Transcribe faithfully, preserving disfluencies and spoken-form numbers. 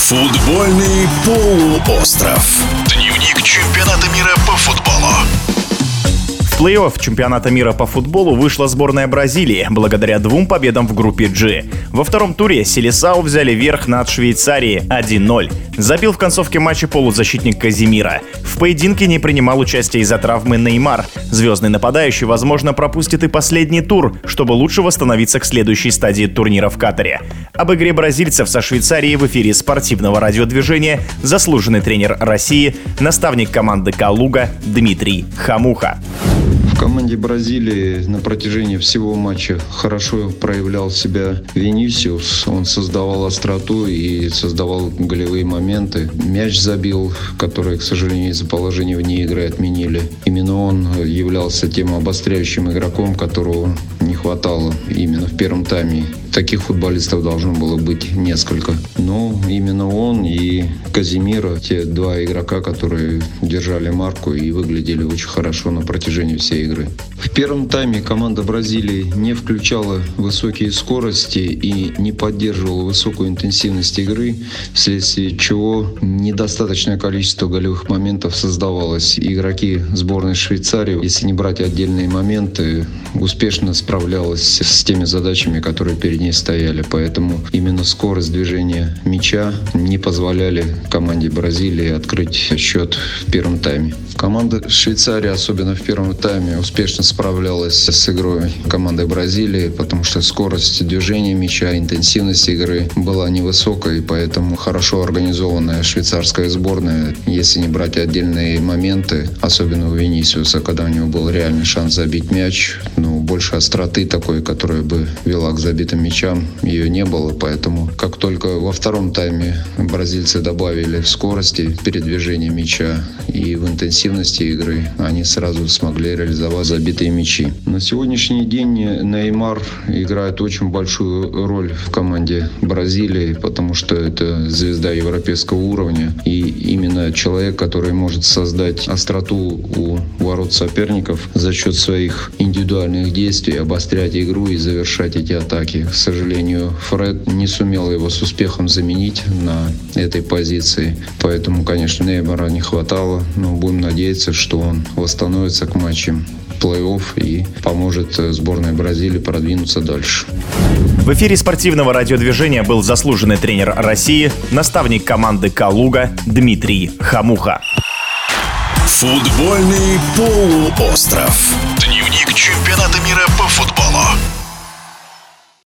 Футбольный полуостров. Дневник чемпионата мира по футболу. В плей-офф чемпионата мира по футболу вышла сборная Бразилии благодаря двум победам в группе G. Во втором туре Селисау взяли верх над Швейцарией один ноль. Забил в концовке матча полузащитник Казимира. В поединке не принимал участие из-за травмы Неймар. Звездный нападающий, возможно, пропустит и последний тур, чтобы лучше восстановиться к следующей стадии турнира в Катаре. Об игре бразильцев со Швейцарией в эфире спортивного радиодвижения заслуженный тренер России, наставник команды «Калуга» Дмитрий Хамуха. В команде Бразилии на протяжении всего матча хорошо проявлял себя Винисиус. Он создавал остроту и создавал голевые моменты. Мяч забил, который, к сожалению, из-за положения вне игры отменили. Именно он являлся тем обостряющим игроком, которого не хватало именно в первом тайме. Таких футболистов должно было быть несколько. Но именно он и Казимира, те два игрока, которые держали марку и выглядели очень хорошо на протяжении всей игры. В первом тайме команда Бразилии не включала высокие скорости и не поддерживала высокую интенсивность игры, вследствие чего недостаточное количество голевых моментов создавалось. Игроки сборной Швейцарии, если не брать отдельные моменты, успешно справлялась с теми задачами, которые перед ней стояли. Поэтому именно скорость движения мяча не позволяли команде Бразилии открыть счет в первом тайме. Команда Швейцарии, особенно в первом тайме, успешно справлялась с игрой команды Бразилии, потому что скорость движения мяча, интенсивность игры была невысокой, поэтому хорошо организованная швейцарская сборная, если не брать отдельные моменты, особенно у Винисиуса, когда у него был реальный шанс забить мяч, но больше остроты такой, которая бы вела к забитым мячам, ее не было, поэтому как только во втором тайме бразильцы добавили в скорости передвижения мяча и в интенсивности игры, они сразу смогли реализовать забитые мячи. На сегодняшний день Неймар играет очень большую роль в команде Бразилии, потому что это звезда европейского уровня и именно человек, который может создать остроту у ворот соперников за счет своих индивидуальных действий, обострять игру и завершать эти атаки. К сожалению, Фред не сумел его с успехом заменить на этой позиции, поэтому, конечно, Неймара не хватало, но будем надеяться, что он восстановится к матчам плей-офф и поможет сборной Бразилии продвинуться дальше. В эфире спортивного радиодвижения был заслуженный тренер России, наставник команды «Калуга» Дмитрий Хамуха. Футбольный полуостров. Дневник чемпионата мира по футболу.